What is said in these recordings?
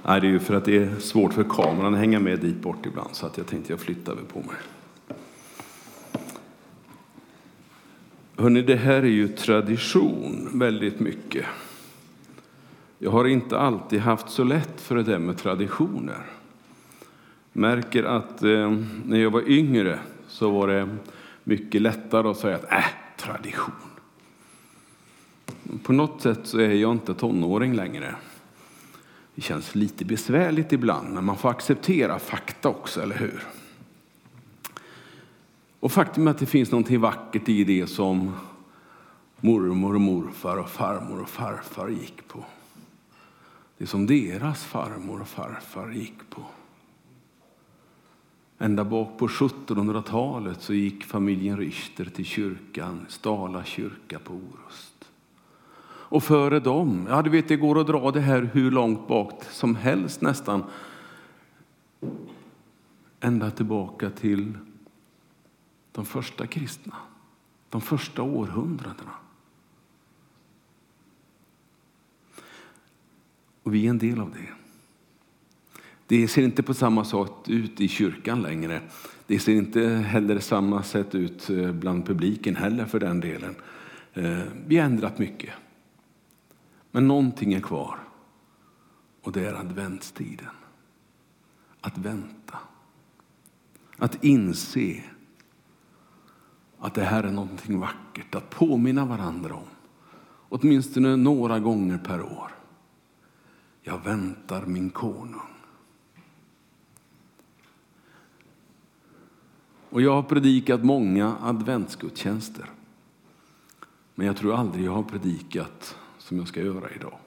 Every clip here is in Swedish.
Nej, det är ju för att det är svårt för kameran att hänga med dit bort ibland, så att jag tänkte jag flyttar över på mig. Hörrni, det här är ju tradition väldigt mycket. Jag har inte alltid haft så lätt för det där med traditioner. Märker att när jag var yngre så var det mycket lättare att säga att tradition. På något sätt så är jag inte tonåring längre. Det känns lite besvärligt ibland, men man får acceptera fakta också, eller hur? Och faktum är att det finns något vackert i det som mormor och morfar och farmor och farfar gick på. Det som deras farmor och farfar gick på. Ända bak på 1700-talet så gick familjen Richter till kyrkan, Stala kyrka på Orust. Och före dem, ja du vet, det går att dra det här hur långt bak som helst nästan. Ända tillbaka till de första kristna, de första århundradena. Och vi är en del av det. Det ser inte på samma sätt ut i kyrkan längre. Det ser inte heller samma sätt ut bland publiken heller för den delen. Vi har ändrat mycket. Men någonting är kvar. Och det är adventstiden. Att vänta. Att inse att det här är någonting vackert. Att påminna varandra om. Åtminstone några gånger per år. Jag väntar min konung. Och jag har predikat många adventsgudstjänster. Men jag tror aldrig jag har predikat som jag ska göra idag.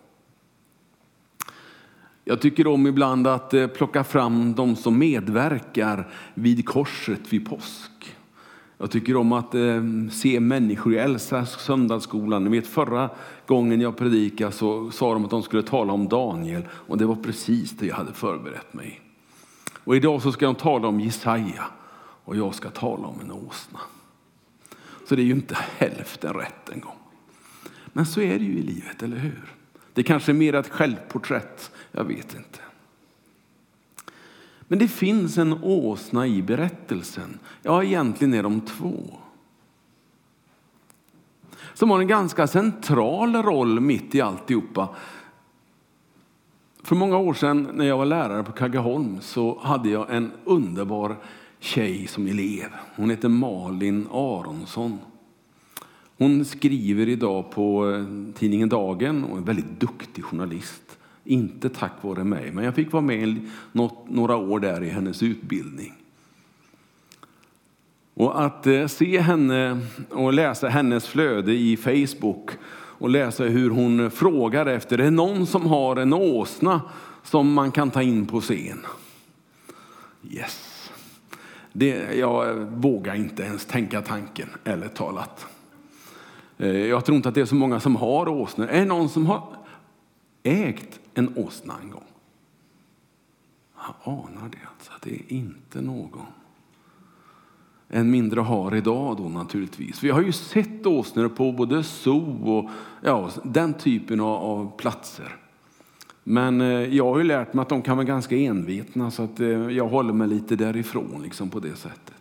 Jag tycker om ibland att plocka fram de som medverkar vid korset vid påsk. Jag tycker om att se människor. Jag älskar söndagsskolan. Ni vet, förra gången jag predikade så sa de att de skulle tala om Daniel. Och det var precis det jag hade förberett mig. Och idag så ska de tala om Jesaja. Och jag ska tala om en åsna. Så det är ju inte hälften rätt en gång. Men så är det ju i livet, eller hur? Det kanske är mer ett självporträtt. Jag vet inte. Men det finns en åsna i berättelsen. Ja, egentligen är de två. Som har en ganska central roll mitt i alltihopa. För många år sedan när jag var lärare på Kaggeholm så hade jag en underbar tjej som elev. Hon heter Malin Aronsson. Hon skriver idag på tidningen Dagen och är en väldigt duktig journalist. Inte tack vare mig, men jag fick vara med några år där i hennes utbildning. Och att se henne och läsa hennes flöde i Facebook och läsa hur hon frågar efter, det är någon som har en åsna som man kan ta in på scen. Yes. Jag vågar inte ens tänka tanken, eller talat. Jag tror inte att det är så många som har åsnor. Är det någon som har ägt en åsna en gång? Jag anar det alltså. Det är inte någon. En mindre har idag då naturligtvis. Vi har ju sett åsnor på både zoo och den typen av platser. Men jag har ju lärt mig att de kan vara ganska envetna, så att jag håller mig lite därifrån liksom på det sättet.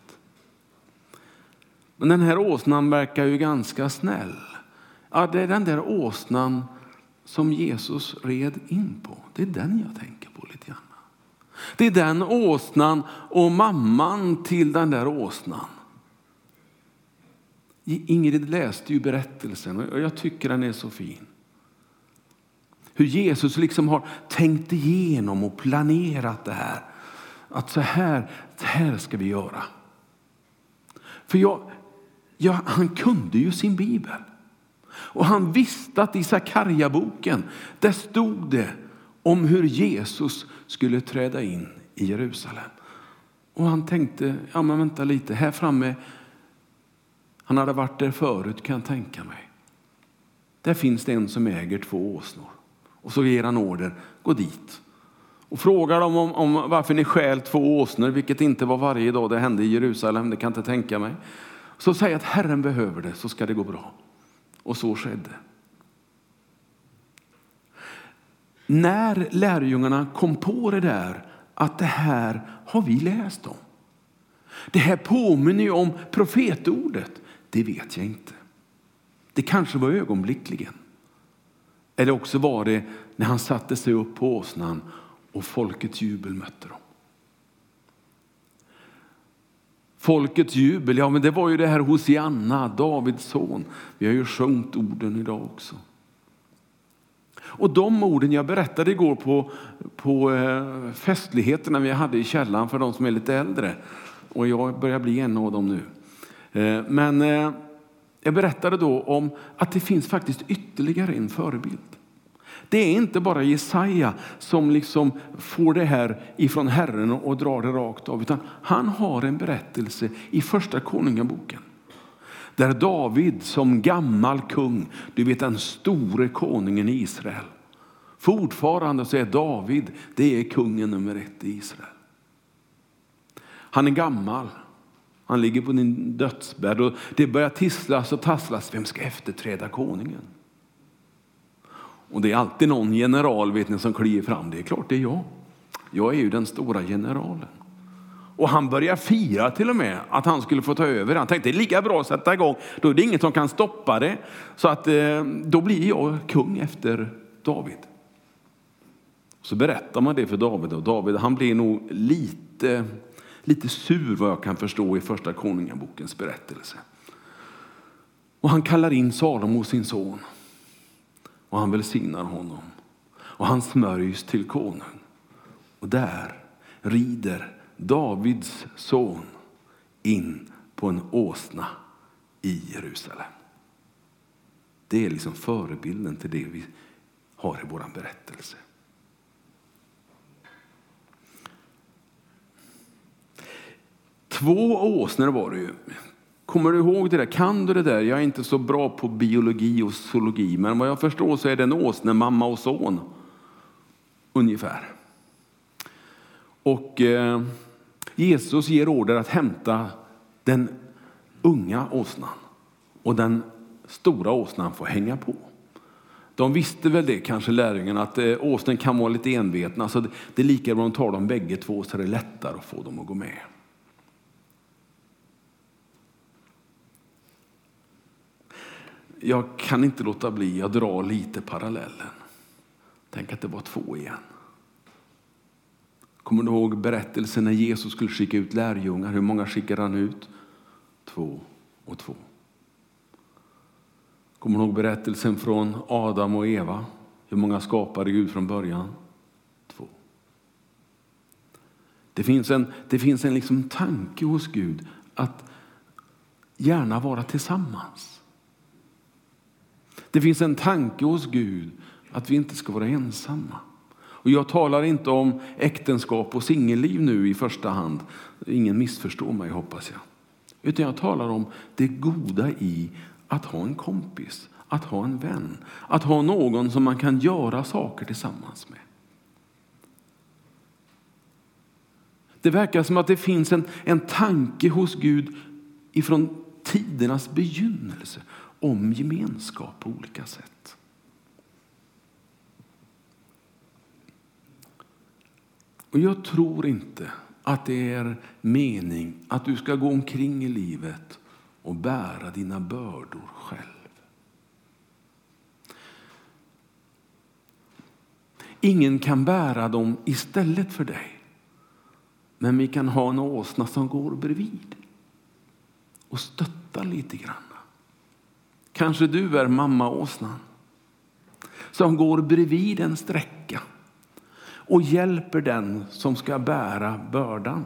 Men den här åsnan verkar ju ganska snäll. Ja, det är den där åsnan som Jesus red in på. Det är den jag tänker på lite grann. Det är den åsnan och mamman till den där åsnan. Ingrid läste ju berättelsen och jag tycker den är så fin. Hur Jesus liksom har tänkt igenom och planerat det här. Att så här ska vi göra. För han kunde ju sin bibel. Och han visste att i Sakarja-boken, där stod det om hur Jesus skulle träda in i Jerusalem. Och han tänkte, ja men vänta lite, här framme, han hade varit där förut kan jag tänka mig. Där finns det en som äger 2 åsnor. Och så ger han order, gå dit. Och frågar dem om varför ni stjäl 2 åsnor, vilket inte var varje dag det hände i Jerusalem, det kan jag inte tänka mig. Så säg att Herren behöver det, så ska det gå bra. Och så skedde. när lärjungarna kom på det där, att det här har vi läst om. Det här påminner ju om profetordet. Det vet jag inte. Det kanske var ögonblickligen. Eller också var det när han satte sig upp på åsnan och folkets jubel mötte dem. Folkets jubel, ja men det var ju det här Hosianna, Davids son. Vi har ju sjungit orden idag också. Och de orden jag berättade igår på festligheterna vi hade i källaren för de som är lite äldre. Och jag börjar bli en av dem nu. Men jag berättade då om att det finns faktiskt ytterligare en förebild. Det är inte bara Jesaja som liksom får det här ifrån Herren och drar det rakt av. Utan han har en berättelse i första konungaboken. Där David som gammal kung, du vet den store konungen i Israel. Fortfarande så är David, det är kungen nummer 1 i Israel. Han är gammal. Han ligger på din dödsbädd och det börjar tisslas och tasslas. Vem ska efterträda konungen? Och det är alltid någon general, vet ni, som kliver fram. Det är klart det är jag. Jag är ju den stora generalen. Och han börjar fira till och med att han skulle få ta över. Han tänkte det är lika bra att sätta igång. Då är det inget som kan stoppa det. Så att då blir jag kung efter David. Så berättar man det för David. Och David han blir nog lite sur vad jag kan förstå i första konungabokens berättelse. Och han kallar in Salomo sin son. Och han välsignar honom. Och han smörjs till konung. Och där rider Davids son in på en åsna i Jerusalem. Det är liksom förebilden till det vi har i vår berättelse. Två åsnor var det ju. Kommer du ihåg det där? Kan du det där? Jag är inte så bra på biologi och zoologi. Men vad jag förstår så är det en åsne, mamma och son. Ungefär. Och Jesus ger order att hämta den unga åsnan. Och den stora åsnan får hänga på. De visste väl det kanske lärjungarna att åsnen kan vara lite envetna. Så det är lika bra att ta dem bägge två så är det lättare att få dem att gå med. Jag kan inte låta bli, jag drar lite parallellen. Tänk att det var 2 igen. Kommer du ihåg berättelsen när Jesus skulle skicka ut lärjungar? Hur många skickade han ut? 2 och 2. Kommer du ihåg berättelsen från Adam och Eva? Hur många skapade Gud från början? 2. Det finns en liksom tanke hos Gud att gärna vara tillsammans. Det finns en tanke hos Gud att vi inte ska vara ensamma. Och jag talar inte om äktenskap och singelliv nu i första hand. Ingen missförstår mig hoppas jag. Utan jag talar om det goda i att ha en kompis, att ha en vän. Att ha någon som man kan göra saker tillsammans med. Det verkar som att det finns en tanke hos Gud ifrån tidernas begynnelse om gemenskap på olika sätt. Och jag tror inte att det är mening att du ska gå omkring i livet och bära dina bördor själv. Ingen kan bära dem istället för dig. Men vi kan ha en åsna som går bredvid och stöttar lite grann. Kanske du är mammaåsnan som går bredvid en sträcka och hjälper den som ska bära bördan.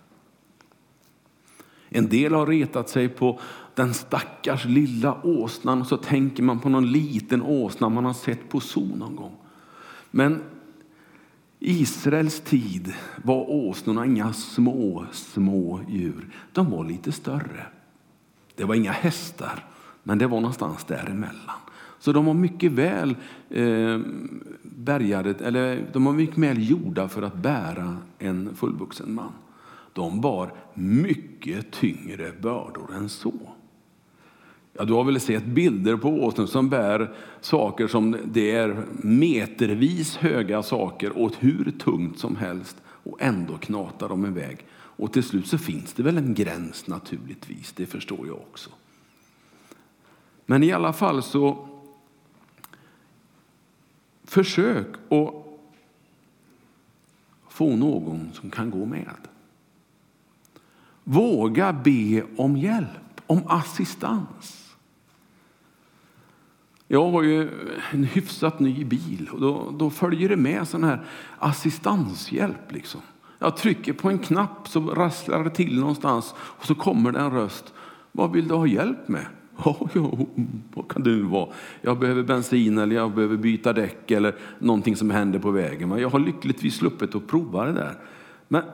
En del har retat sig på den stackars lilla åsnan och så tänker man på någon liten åsna man har sett på zoo någon gång. Men Israels tid var åsnorna inga små djur. De var lite större. Det var inga hästar. Men det var någonstans däremellan. Så de var mycket väl bärgade, eller de var mycket väl gjorda för att bära en fullvuxen man. De bar mycket tyngre bördor än så. Ja, du har väl sett bilder på åsnor som bär saker som det är metervis höga saker och hur tungt som helst, och ändå knatar de iväg. Och till slut så finns det väl en gräns naturligtvis, det förstår jag också. Men i alla fall så försök att få någon som kan gå med. Våga be om hjälp, om assistans. Jag har ju en hyfsat ny bil och då följer det med sån här assistanshjälp liksom. Jag trycker på en knapp så rasslar det till någonstans och så kommer det en röst. Vad vill du ha hjälp med? Vad kan det vara? Jag behöver bensin eller jag behöver byta däck eller någonting som händer på vägen. Men jag har lyckligtvis sluppit att prova det där. Men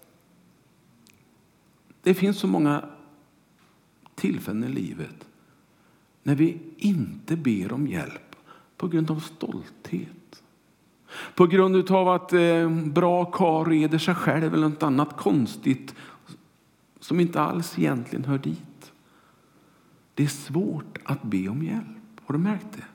det finns så många tillfällen i livet när vi inte ber om hjälp på grund av stolthet. På grund av att bra karl reder sig själv eller något annat konstigt som inte alls egentligen hör dit. Det är svårt att be om hjälp. Har du märkt det?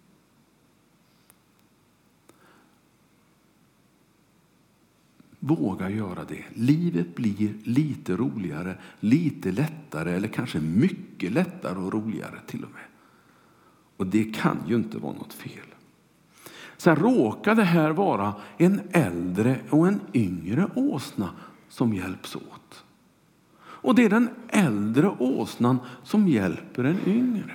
Våga göra det. Livet blir lite roligare, lite lättare eller kanske mycket lättare och roligare till och med. Och det kan ju inte vara något fel. Sen råkar det här vara en äldre och en yngre åsna som hjälps åt. Och det är den äldre åsnan som hjälper den yngre.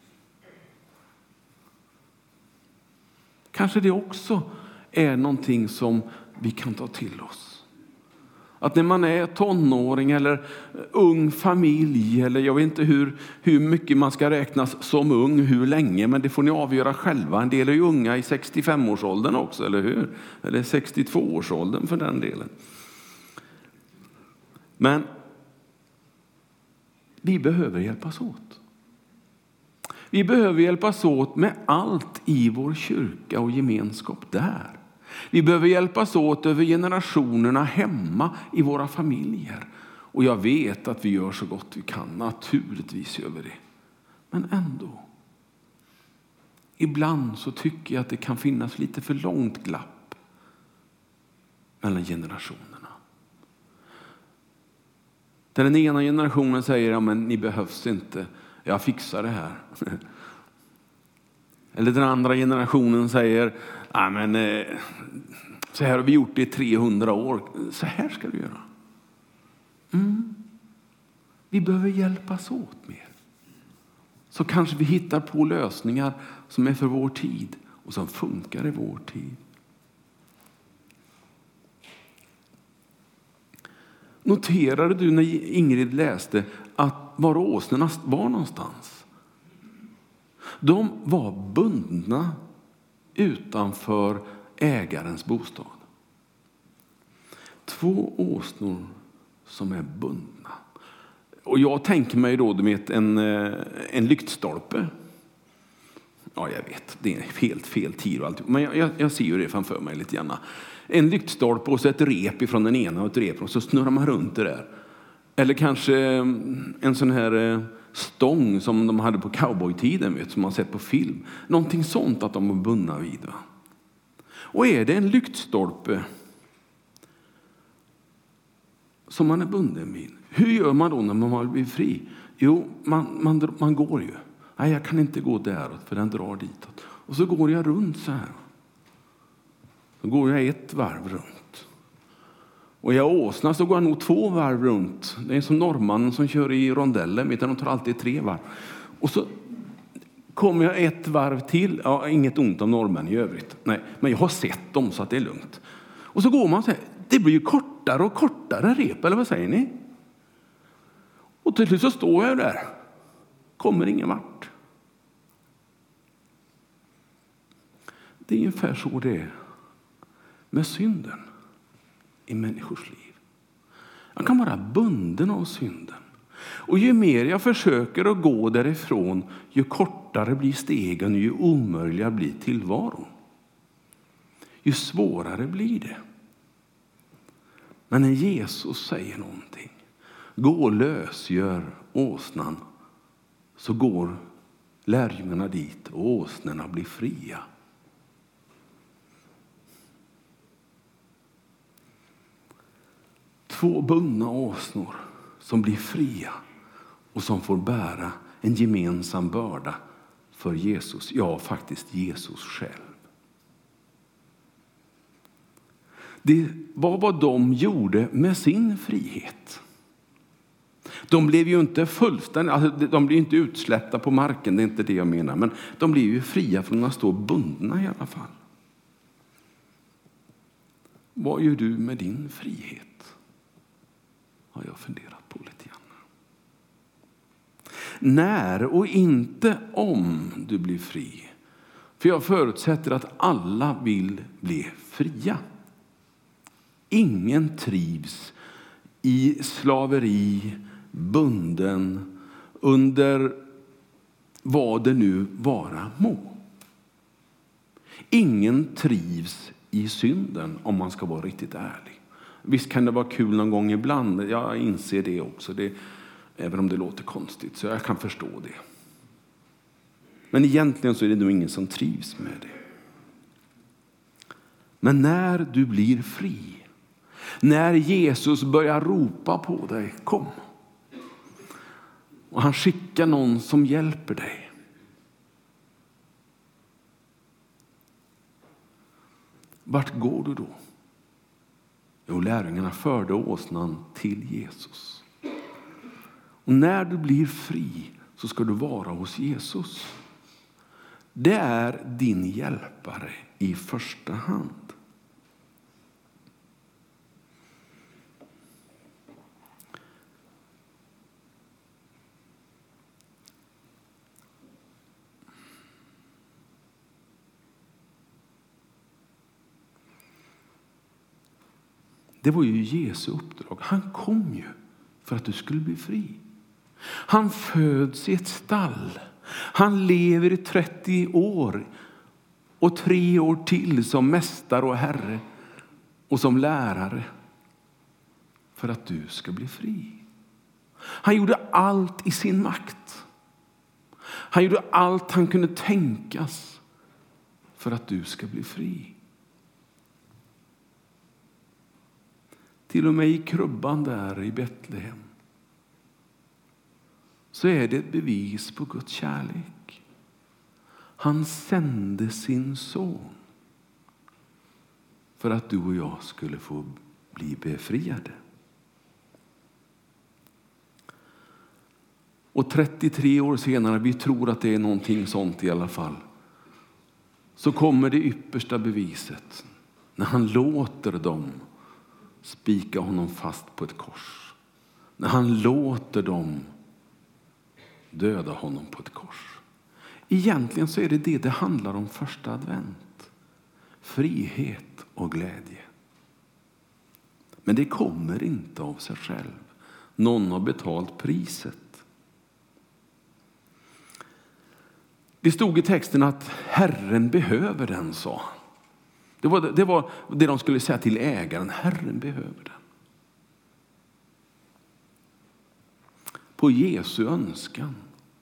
Kanske det också är någonting som vi kan ta till oss. Att när man är tonåring eller ung familj, eller jag vet inte hur mycket man ska räknas som ung, hur länge, men det får ni avgöra själva. En del är ju unga i 65-årsåldern också, eller hur? Eller 62-årsåldern för den delen. Men vi behöver hjälpas åt. Vi behöver hjälpas åt med allt i vår kyrka och gemenskap där. Vi behöver hjälpas åt över generationerna hemma i våra familjer. Och jag vet att vi gör så gott vi kan. Naturligtvis gör vi det. Men ändå. Ibland så tycker jag att det kan finnas lite för långt glapp mellan generationerna. Där den ena generationen säger, ja men ni behövs inte. Jag fixar det här. Eller den andra generationen säger, ja men så här har vi gjort det i 300 år. Så här ska du göra. Vi behöver hjälpas åt mer. Så kanske vi hittar på lösningar som är för vår tid och som funkar i vår tid. Noterade du när Ingrid läste att var åsnorna var någonstans? De var bundna utanför ägarens bostad. 2 åsnor som är bundna. Och jag tänker mig då med en lyktstolpe. Ja, jag vet, det är helt fel tid och allt. Men jag ser ju det framför mig lite grann. En lyktstolpe och så ett rep ifrån den ena och ett rep och så snurrar man runt det där. Eller kanske en sån här stång som de hade på cowboytiden, som man sett på film. Någonting sånt att de var bundna vid. Va? Och är det en lyktstolpe som man är bunden vid, hur gör man då när man blir fri? Jo, man går ju. Nej, jag kan inte gå däråt för den drar ditåt. Och så går jag runt så här. Då går jag 1 varv runt. Och jag åsna så går jag nog 2 varv runt. Det är som norrmannen som kör i rondellen. Vet du, de tar alltid 3 varv. Och så kommer jag 1 varv till. Ja, inget ont om norrmän i övrigt. Nej, men jag har sett dem så att det är lugnt. Och så går man så här. Det blir ju kortare och kortare rep, eller vad säger ni? Och till slut så står jag där. Kommer ingen vart. Det är ungefär så det är med synden i människors liv. Jag kan vara bunden av synden. Och ju mer jag försöker att gå därifrån, ju kortare blir stegen och ju omöjligare blir tillvaron. Ju svårare blir det. Men när Jesus säger någonting, gå och lösgör åsnan, så går lärjungarna dit och åsnorna blir fria. Två bundna åsnor som blir fria och som får bära en gemensam börda för Jesus. Ja, faktiskt Jesus själv. Det var vad de gjorde med sin frihet. De blev ju inte fullständigt, alltså de blev inte utsläppta på marken, det är inte det jag menar. Men de blev ju fria från att stå bundna i alla fall. Vad gör du med din frihet? Har jag funderat på lite grann. När och inte om du blir fri. För jag förutsätter att alla vill bli fria. Ingen trivs i slaveri, bunden, under vad det nu vara må. Ingen trivs i synden om man ska vara riktigt ärlig. Visst kan det vara kul någon gång ibland, jag inser det också, även om det låter konstigt, så jag kan förstå det. Men egentligen så är det nog ingen som trivs med det. Men när du blir fri, när Jesus börjar ropa på dig, kom. Och han skickar någon som hjälper dig. Vart går du då? Jo, lärjungarna förde åsnan till Jesus. Och när du blir fri så ska du vara hos Jesus. Det är din hjälpare i första hand. Det var ju Jesu uppdrag. Han kom ju för att du skulle bli fri. Han föds i ett stall. Han lever i 30 år och 3 år till som mästare och herre och som lärare för att du ska bli fri. Han gjorde allt i sin makt. Han gjorde allt han kunde tänkas för att du ska bli fri. Till och med i krubban där i Betlehem så är det ett bevis på Guds kärlek. Han sände sin son för att du och jag skulle få bli befriade. Och 33 år senare, vi tror att det är någonting sånt i alla fall, så kommer det yppersta beviset när han låter dem spika honom fast på ett kors. När han låter dem döda honom på ett kors. Egentligen så är det handlar om första advent. Frihet och glädje. Men det kommer inte av sig själv. Någon har betalt priset. Det stod i texten att Herren behöver den, sa. Det var det de skulle säga till ägaren. Herren behöver den. På Jesu önskan.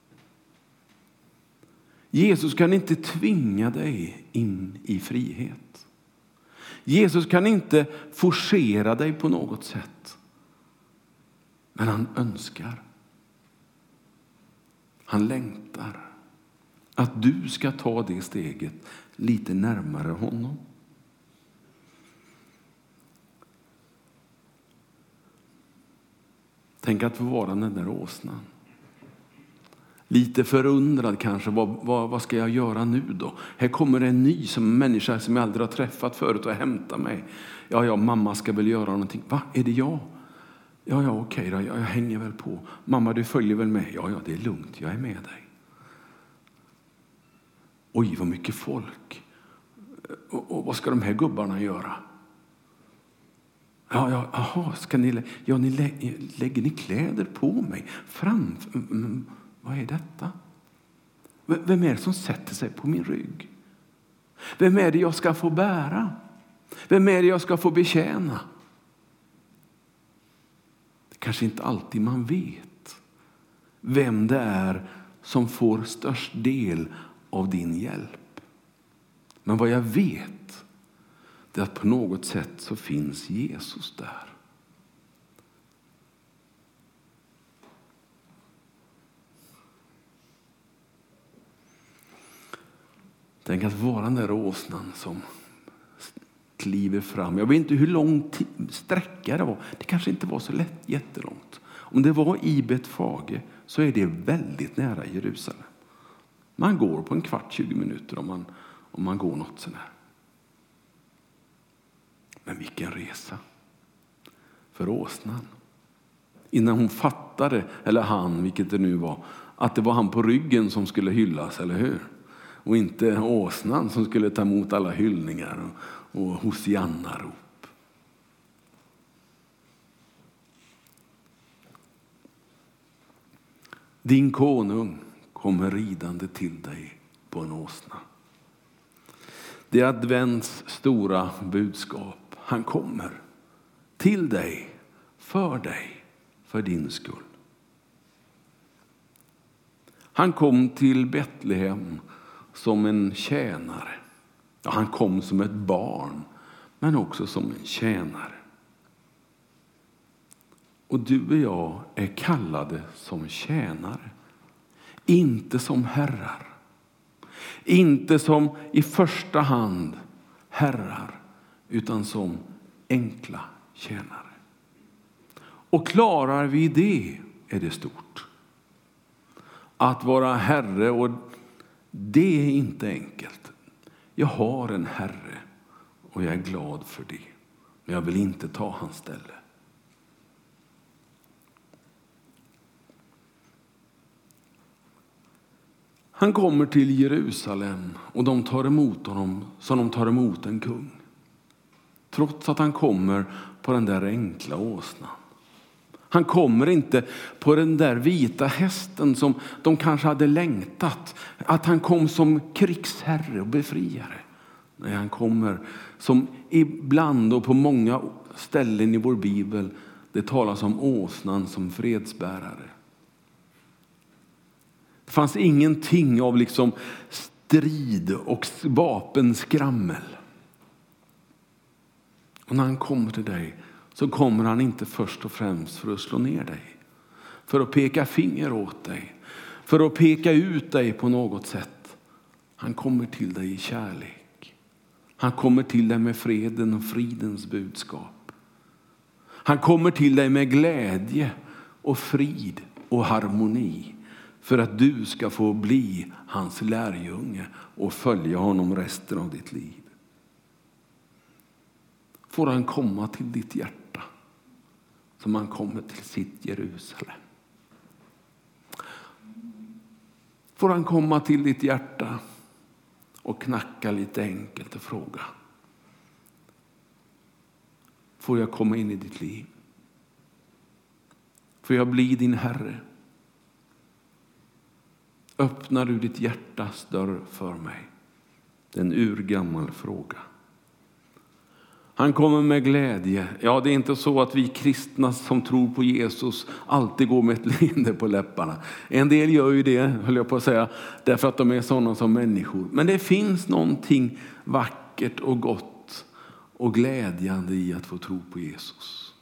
Jesus kan inte tvinga dig in i frihet. Jesus kan inte forcera dig på något sätt. Men han önskar. Han längtar. Att du ska ta det steget lite närmare honom. Tänk att få vara den där åsnan. Lite förundrad kanske. Vad ska jag göra nu då? Här kommer en ny människa som jag aldrig har träffat förut och hämta mig. Ja, mamma ska väl göra någonting. Va? Är det jag? Ja, okej då. Jag hänger väl på. Mamma, du följer väl med? Ja, det är lugnt. Jag är med dig. Oj, vad mycket folk. Och vad ska de här gubbarna göra? Jaha, lägger ni kläder på mig? Vad är detta? Vem är det som sätter sig på min rygg? Vem är det jag ska få bära? Vem är det jag ska få betjäna? Det kanske inte alltid man vet vem det är som får störst del av din hjälp. Men vad jag vet, det är att på något sätt så finns Jesus där. Tänk att vara den där åsnan som kliver fram. Jag vet inte hur lång sträcka det var. Det kanske inte var så jättelångt. Om det var i Betfage så är det väldigt nära Jerusalem. Man går på en kvart, 20 minuter om man går något sån här. Men vilken resa för åsnan. Innan hon fattade, eller han, vilket det nu var, att det var han på ryggen som skulle hyllas, eller hur? Och inte åsnan som skulle ta emot alla hyllningar och hosianna-rop. Din konung kommer ridande till dig på en åsna. Det är advents stora budskap. Han kommer till dig, för din skull. Han kom till Betlehem som en tjänare. Ja, han kom som ett barn, men också som en tjänare. Och du och jag är kallade som tjänare. Inte som herrar. Inte som i första hand herrar, utan som enkla tjänare. Och klarar vi det är det stort. Att vara herre, och det är inte enkelt. Jag har en herre och jag är glad för det. Men jag vill inte ta hans ställe. Han kommer till Jerusalem och de tar emot honom som de tar emot en kung. Trots att han kommer på den där enkla åsnan. Han kommer inte på den där vita hästen som de kanske hade längtat. Att han kom som krigsherre och befriare. Nej, han kommer som ibland och på många ställen i vår bibel det talas om åsnan som fredsbärare. Det fanns ingenting av liksom strid och vapenskrammel. Och när han kommer till dig så kommer han inte först och främst för att slå ner dig. För att peka finger åt dig. För att peka ut dig på något sätt. Han kommer till dig i kärlek. Han kommer till dig med freden och fridens budskap. Han kommer till dig med glädje och frid och harmoni. För att du ska få bli hans lärjunge och följa honom resten av ditt liv. Får han komma till ditt hjärta som han kommer till sitt Jerusalem. Får han komma till ditt hjärta och knacka lite enkelt och fråga. Får jag komma in i ditt liv? Får jag bli din herre? Öppnar du ditt hjärtas dörr för mig? Det är en urgammal fråga. Han kommer med glädje. Ja, det är inte så att vi kristna som tror på Jesus alltid går med ett leende på läpparna. En del gör ju det, höll jag på att säga, därför att de är sådana som människor. Men det finns någonting vackert och gott och glädjande i att få tro på Jesus.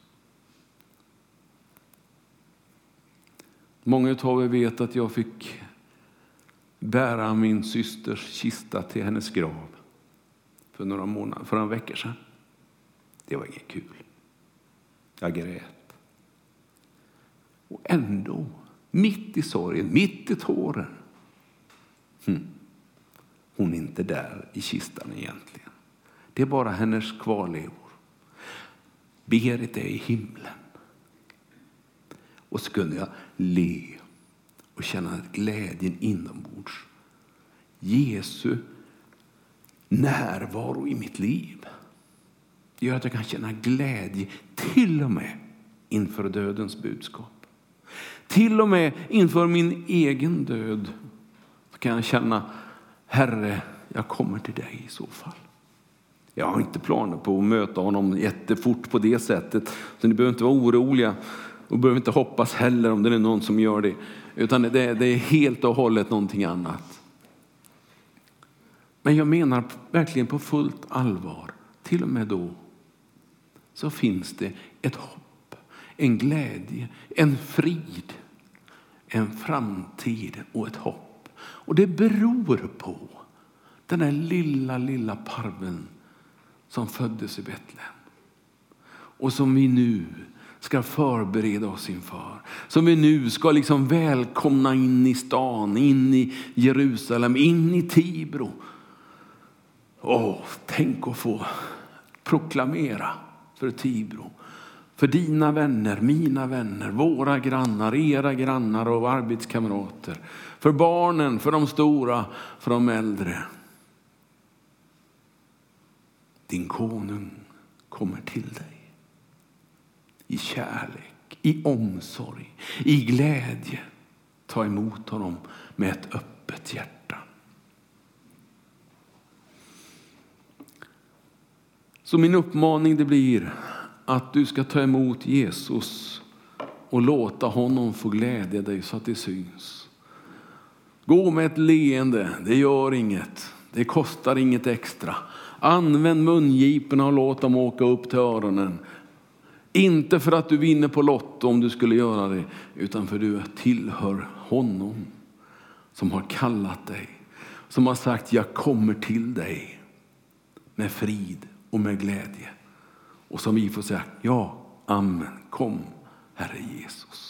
Många av er vet att jag fick bära min systers kista till hennes grav för några veckor sedan. Det var inget kul. Jag grät. Och ändå, mitt i sorgen, mitt i tåren. Hon är inte där i kistan egentligen. Det är bara hennes kvarlevor. Berit är i himlen. Och så kunde jag le och känna glädjen inombords. Jesu närvaro i mitt liv gör att jag kan känna glädje till och med inför dödens budskap. Till och med inför min egen död så kan jag känna, Herre, jag kommer till dig i så fall. Jag har inte planer på att möta honom jättefort på det sättet. Så ni behöver inte vara oroliga och behöver inte hoppas heller om det är någon som gör det. Utan det är helt och hållet någonting annat. Men jag menar verkligen på fullt allvar, till och med då, så finns det ett hopp, en glädje, en frid, en framtid och ett hopp. Och det beror på den här lilla parven som föddes i Betlehem. Och som vi nu ska förbereda oss inför. Som vi nu ska liksom välkomna in i stan, in i Jerusalem, in i Tibro. Tänk att få proklamera för Tibro. För dina vänner, mina vänner, våra grannar, era grannar och arbetskamrater. För barnen, för de stora, för de äldre. Din konung kommer till dig. I kärlek, i omsorg, i glädje. Ta emot honom med ett öppet hjärta. Så min uppmaning det blir att du ska ta emot Jesus och låta honom få glädja dig så att det syns. Gå med ett leende, det gör inget. Det kostar inget extra. Använd mungiporna och låt dem åka upp till öronen. Inte för att du vinner på lotto om du skulle göra det, utan för du tillhör honom som har kallat dig. Som har sagt, jag kommer till dig med frid och med glädje. Och som vi får säga, ja, amen, kom Herre Jesus.